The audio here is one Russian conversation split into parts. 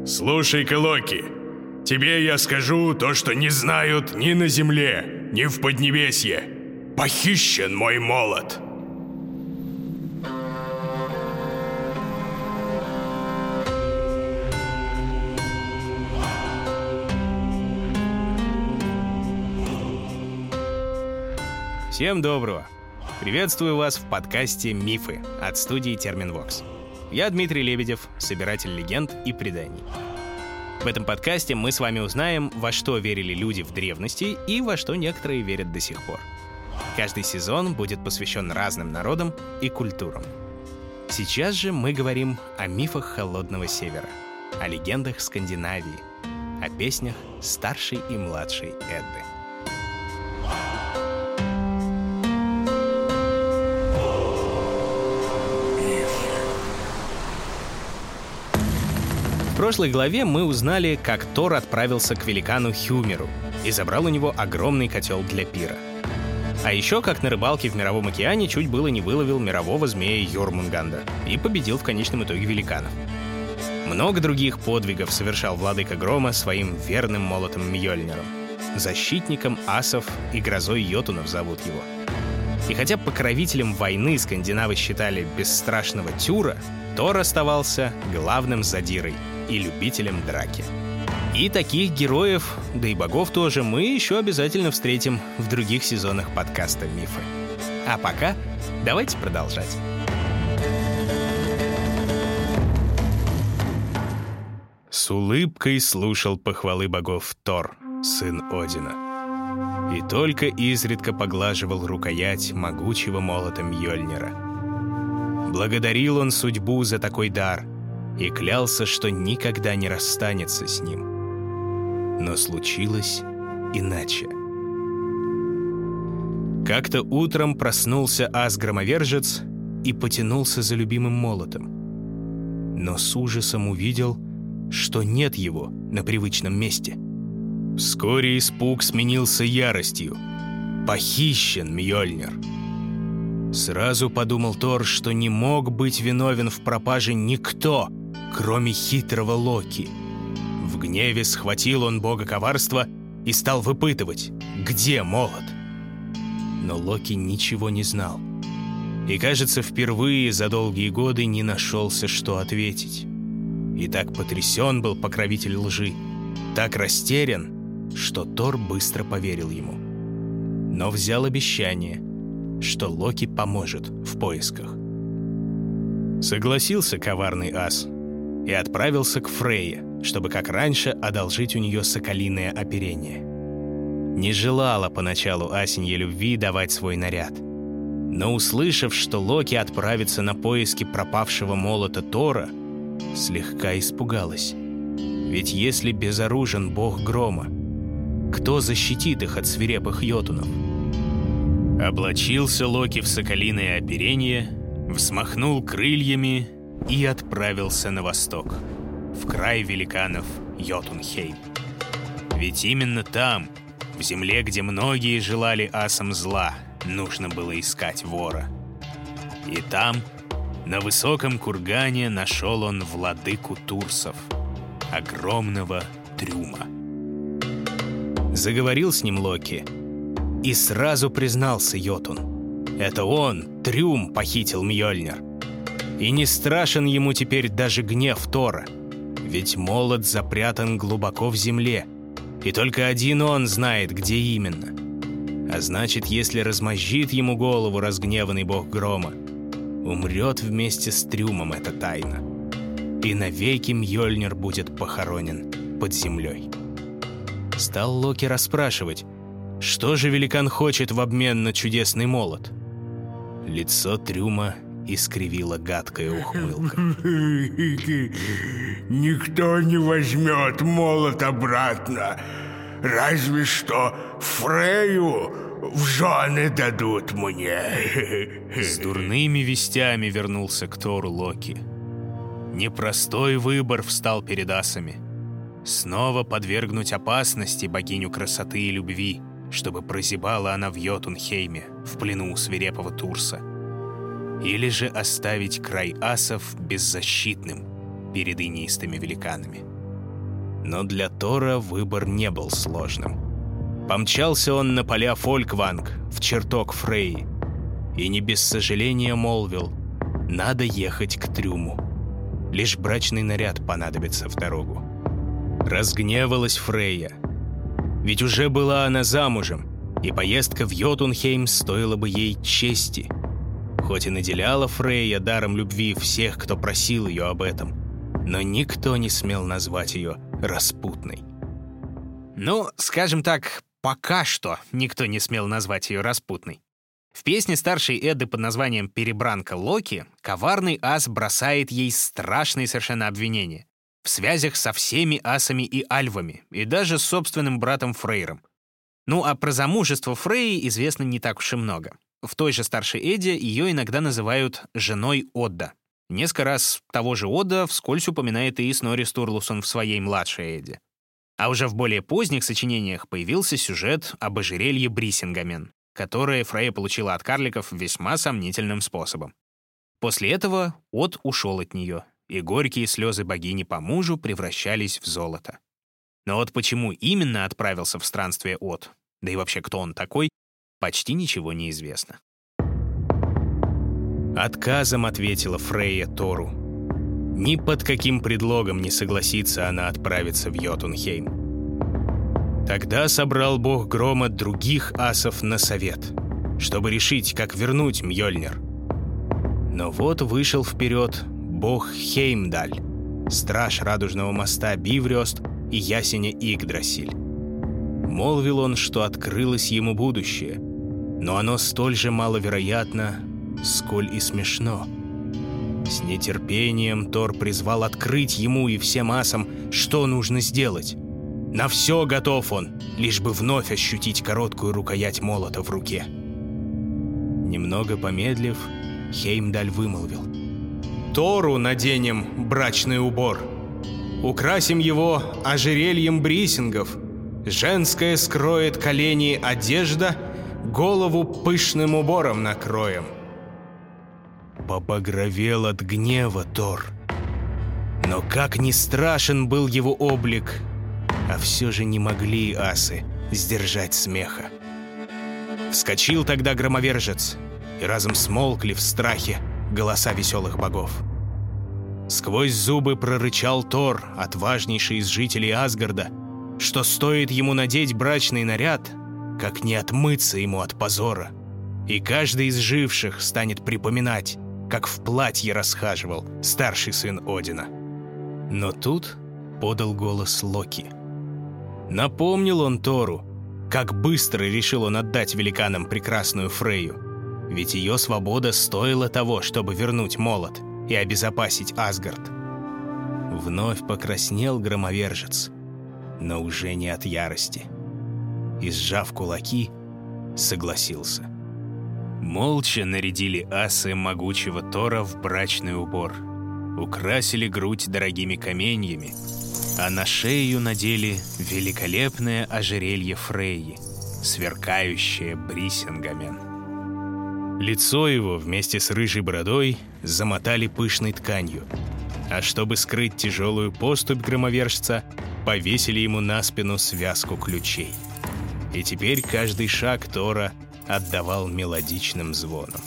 Слушай-ка, Локи, тебе я скажу то, что не знают ни на земле, ни в Поднебесье. Похищен мой молот. Всем доброго! Приветствую вас в подкасте «Мифы» от студии Терминвокс. Я Дмитрий Лебедев, собиратель легенд и преданий. В этом подкасте мы с вами узнаем, во что верили люди в древности и во что некоторые верят до сих пор. Каждый сезон будет посвящен разным народам и культурам. Сейчас же мы говорим о мифах Холодного Севера, о легендах Скандинавии, о песнях старшей и младшей Эдды. В прошлой главе мы узнали, как Тор отправился к великану Хюмеру и забрал у него огромный котел для пира. А еще как на рыбалке в Мировом океане чуть было не выловил мирового змея Йормунганда и победил в конечном итоге великанов. Много других подвигов совершал владыка Грома своим верным молотом Мьёльниром. Защитником асов и грозой йотунов зовут его. И хотя покровителем войны скандинавы считали бесстрашного Тюра, Тор оставался главным задирой и любителем драки. И таких героев, да и богов тоже, мы еще обязательно встретим в других сезонах подкаста «Мифы». А пока давайте продолжать. С улыбкой слушал похвалы богов Тор, сын Одина, и только изредка поглаживал рукоять могучего молота Мьёльнира. Благодарил он судьбу за такой дар и клялся, что никогда не расстанется с ним. Но случилось иначе. Как-то утром проснулся ас-громовержец и потянулся за любимым молотом. Но с ужасом увидел, что нет его на привычном месте. Вскоре испуг сменился яростью. Похищен Мьёльнир. Сразу подумал Тор, что не мог быть виновен в пропаже никто, кроме хитрого Локи. В гневе схватил он бога коварства и стал выпытывать, где молот. Но Локи ничего не знал. И, кажется, впервые за долгие годы не нашелся, что ответить. И так потрясен был покровитель лжи, так растерян, что Тор быстро поверил ему. Но взял обещание, что Локи поможет в поисках. Согласился коварный ас и отправился к Фрейе, чтобы, как раньше, одолжить у нее соколиное оперение. Не желала поначалу Асенье любви давать свой наряд. Но, услышав, что Локи отправится на поиски пропавшего молота Тора, слегка испугалась. Ведь если безоружен бог Грома, кто защитит их от свирепых йотунов? Облачился Локи в соколиное оперение, взмахнул крыльями и отправился на восток, в край великанов Йотунхейм. Ведь именно там, в земле, где многие желали асам зла, нужно было искать вора. И там, на высоком кургане, нашел он владыку Турсов, огромного Трюма. Заговорил с ним Локи и сразу признался йотун. Это он, Трюм, похитил Мьёльнир. И не страшен ему теперь даже гнев Тора, ведь молот запрятан глубоко в земле, и только один он знает, где именно. А значит, если размозжит ему голову разгневанный бог Грома, умрет вместе с Трюмом эта тайна, и навеки Мьёльнир будет похоронен под землей. Стал Локи расспрашивать, что же великан хочет в обмен на чудесный молот. Лицо Трюма искривила гадкая ухмылка. Никто не возьмет молот обратно, разве что Фрею в жены дадут мне. С дурными вестями вернулся к Тору Локи. Непростой выбор встал перед асами. Снова подвергнуть опасности богиню красоты и любви, чтобы прозябала она в Йотунхейме, в плену у свирепого Турса. Или же оставить край асов беззащитным перед инеистыми великанами. Но для Тора выбор не был сложным. Помчался он на поля Фолькванг, в чертог Фрейи, и не без сожаления молвил: «Надо ехать к трюму. Лишь брачный наряд понадобится в дорогу». Разгневалась Фрейя. Ведь уже была она замужем, и поездка в Йотунхейм стоила бы ей чести. Хоть и наделяла Фрейя даром любви всех, кто просил ее об этом, но никто не смел назвать ее распутной. Ну, скажем так, пока что никто не смел назвать ее распутной. В песне старшей Эдды под названием «Перебранка Локи» коварный ас бросает ей страшные совершенно обвинения в связях со всеми асами и альвами, и даже с собственным братом Фрейром. Ну, а про замужество Фрейи известно не так уж и много. В той же старшей Эдде ее иногда называют «женой Одда». Несколько раз того же Одда вскользь упоминает и Снорри Стурлусон в своей младшей Эдде. А уже в более поздних сочинениях появился сюжет об ожерелье Брисингамен, которое Фрейя получила от карликов весьма сомнительным способом. После этого Од ушел от нее, и горькие слезы богини по мужу превращались в золото. Но вот почему именно отправился в странствие Од, да и вообще кто он такой, почти ничего не известно. Отказом ответила Фрейя Тору. Ни под каким предлогом не согласится она отправиться в Йотунхейм. Тогда собрал бог грома других асов на совет, чтобы решить, как вернуть Мьёльнир. Но вот вышел вперед бог Хеймдаль, страж радужного моста Биврёст и ясеня Игдрасиль. Молвил он, что открылось ему будущее, но оно столь же маловероятно, сколь и смешно. С нетерпением Тор призвал открыть ему и всем асам, что нужно сделать. На все готов он, лишь бы вновь ощутить короткую рукоять молота в руке. Немного помедлив, Хеймдаль вымолвил: «Тору наденем брачный убор, украсим его ожерельем брисингов, женское скроет колени одежда, голову пышным убором накроем». Побагровел от гнева Тор. Но как ни страшен был его облик, а все же не могли асы сдержать смеха. Вскочил тогда громовержец, и разом смолкли в страхе голоса веселых богов. Сквозь зубы прорычал Тор, отважнейший из жителей Асгарда, что стоит ему надеть брачный наряд, как не отмыться ему от позора, и каждый из живших станет припоминать, как в платье расхаживал старший сын Одина. Но тут подал голос Локи. Напомнил он Тору, как быстро решил он отдать великанам прекрасную Фрейю, ведь ее свобода стоила того, чтобы вернуть молот и обезопасить Асгард. Вновь покраснел громовержец, но уже не от ярости, и, сжав кулаки, согласился. Молча нарядили асы могучего Тора в брачный убор, украсили грудь дорогими каменьями, а на шею надели великолепное ожерелье Фрейи, сверкающее брисингамен. Лицо его вместе с рыжей бородой замотали пышной тканью, а чтобы скрыть тяжелую поступь громовержца, повесили ему на спину связку ключей. И теперь каждый шаг Тора отдавал мелодичным звоном.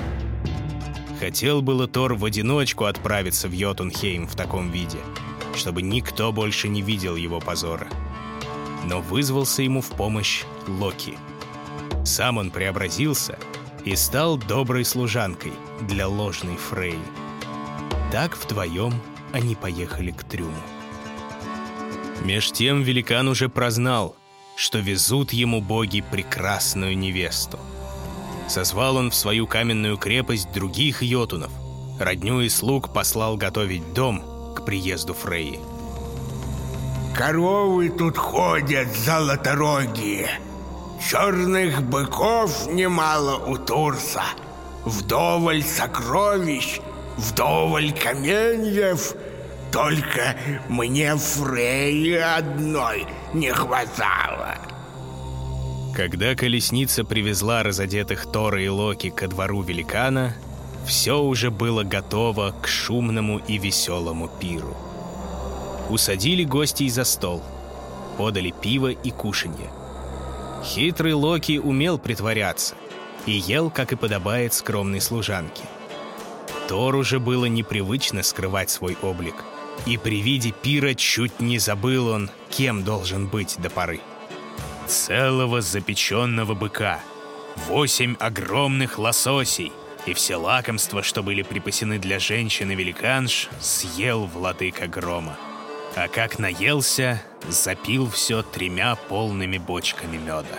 Хотел было Тор в одиночку отправиться в Йотунхейм в таком виде, чтобы никто больше не видел его позора. Но вызвался ему в помощь Локи. Сам он преобразился и стал доброй служанкой для ложной Фрейи. Так вдвоем они поехали к трюму. Меж тем великан уже прознал, что везут ему боги прекрасную невесту. Созвал он в свою каменную крепость других йотунов, родню и слуг послал готовить дом к приезду Фрейи. Коровы тут ходят золоторогие, черных быков немало у Турса, вдоволь сокровищ, вдоволь каменьев, только мне Фрейи одной не хватало. Когда колесница привезла разодетых Тора и Локи ко двору великана, все уже было готово к шумному и веселому пиру. Усадили гостей за стол, подали пиво и кушанье. Хитрый Локи умел притворяться и ел, как и подобает скромной служанке. Тору же было непривычно скрывать свой облик, и при виде пира чуть не забыл он, кем должен быть до поры. Целого запеченного быка, 8 огромных лососей и все лакомства, что были припасены для женщины-великанш, съел владыка Грома. А как наелся, запил все 3 полными бочками меда.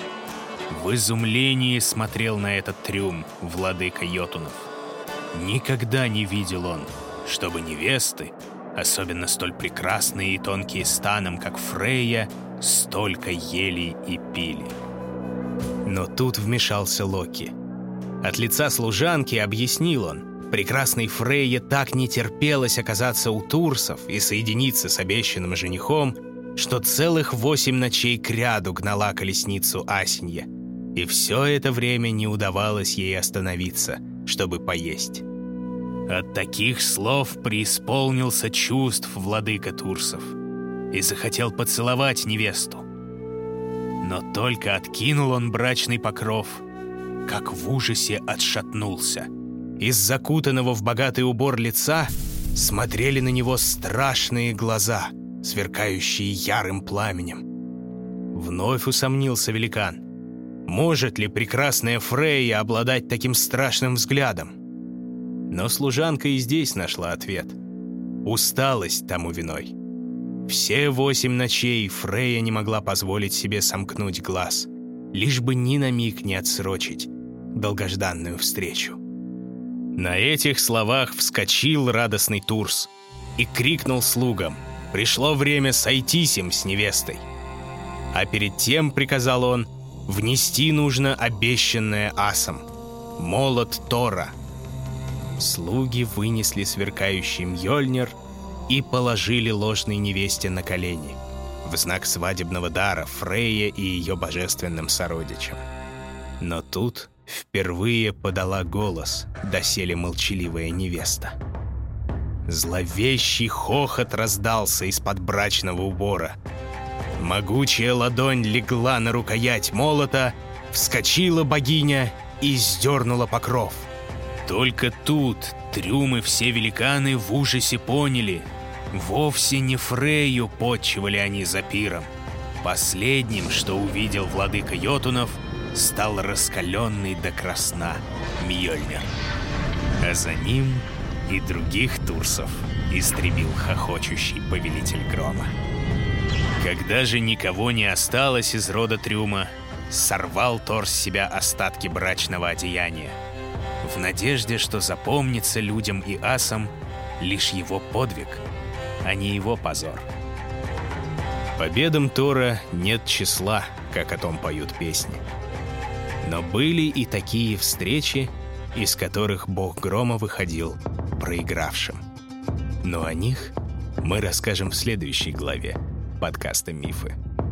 В изумлении смотрел на этот трюм владыка Йотунов. Никогда не видел он, чтобы невесты, особенно столь прекрасные и тонкие станом, как Фрейя, столько ели и пили. Но тут вмешался Локи. От лица служанки объяснил он, прекрасной Фрейе так не терпелось оказаться у турсов и соединиться с обещанным женихом, что целых 8 ночей кряду гнала колесницу Асенья, и все это время не удавалось ей остановиться, чтобы поесть. От таких слов преисполнился чувств владыка турсов и захотел поцеловать невесту. Но только откинул он брачный покров, как в ужасе отшатнулся. Из закутанного в богатый убор лица смотрели на него страшные глаза, сверкающие ярым пламенем. Вновь усомнился великан. Может ли прекрасная Фрейя обладать таким страшным взглядом? Но служанка и здесь нашла ответ. Усталость тому виной. Все 8 ночей Фрейя не могла позволить себе сомкнуть глаз, лишь бы ни на миг не отсрочить долгожданную встречу. На этих словах вскочил радостный Турс и крикнул слугам: пришло время сойтись им с невестой. А перед тем, приказал он, внести нужно обещанное асом — молот Тора. Слуги вынесли сверкающий Мьёльнир и положили ложной невесте на колени в знак свадебного дара Фрейе и ее божественным сородичам. Но тут впервые подала голос доселе молчаливая невеста. Зловещий хохот раздался из-под брачного убора. Могучая ладонь легла на рукоять молота, вскочила богиня и сдернула покров. Только тут трюмы все великаны в ужасе поняли. Вовсе не Фрейю подчивали они за пиром. Последним, что увидел владыка Йотунов, стал раскаленный до красна Мьёльнир. А за ним и других турсов истребил хохочущий повелитель грома. Когда же никого не осталось из рода трюма, сорвал Тор с себя остатки брачного одеяния, в надежде, что запомнится людям и асам лишь его подвиг, а не его позор. Победам Тора нет числа, как о том поют песни. Но были и такие встречи, из которых бог грома выходил проигравшим. Но о них мы расскажем в следующей главе подкаста «Мифы».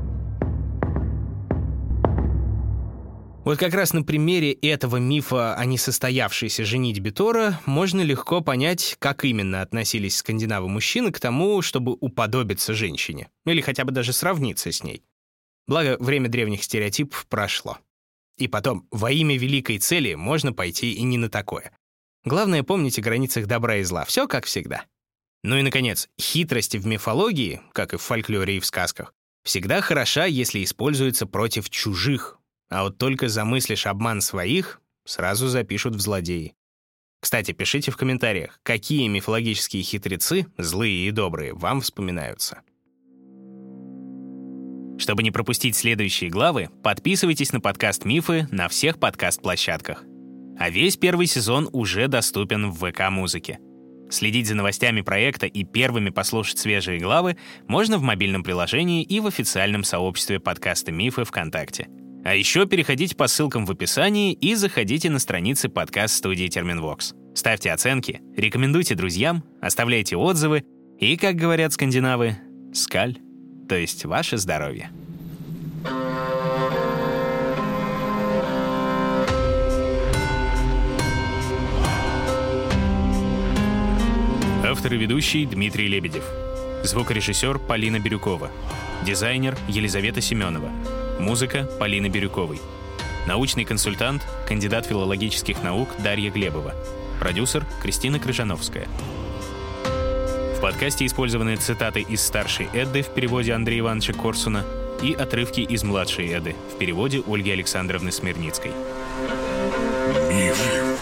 Вот как раз на примере этого мифа о несостоявшейся женитьбе Тора можно легко понять, как именно относились скандинавы-мужчины к тому, чтобы уподобиться женщине, или хотя бы даже сравниться с ней. Благо, время древних стереотипов прошло. И потом, во имя великой цели можно пойти и не на такое. Главное помнить о границах добра и зла. Все как всегда. Ну и, наконец, хитрость в мифологии, как и в фольклоре и в сказках, всегда хороша, если используется против чужих. А вот только замыслишь обман своих, сразу запишут в злодеи. Кстати, пишите в комментариях, какие мифологические хитрецы, злые и добрые, вам вспоминаются. Чтобы не пропустить следующие главы, подписывайтесь на подкаст «Мифы» на всех подкаст-площадках. А весь первый сезон уже доступен в ВК-музыке. Следить за новостями проекта и первыми послушать свежие главы можно в мобильном приложении и в официальном сообществе подкаста «Мифы» ВКонтакте. А еще переходите по ссылкам в описании и заходите на страницы подкаст-студии Терминвокс. Ставьте оценки, рекомендуйте друзьям, оставляйте отзывы и, как говорят скандинавы, скаль, то есть ваше здоровье. Автор и ведущий Дмитрий Лебедев. Звукорежиссер Полина Бирюкова. Дизайнер Елизавета Семенова. Музыка Полины Бирюковой. Научный консультант, кандидат филологических наук Дарья Глебова. Продюсер Кристина Крыжановская. В подкасте использованы цитаты из «Старшей Эдды» в переводе Андрея Ивановича Корсуна и отрывки из «Младшей Эдды» в переводе Ольги Александровны Смирницкой. Миф.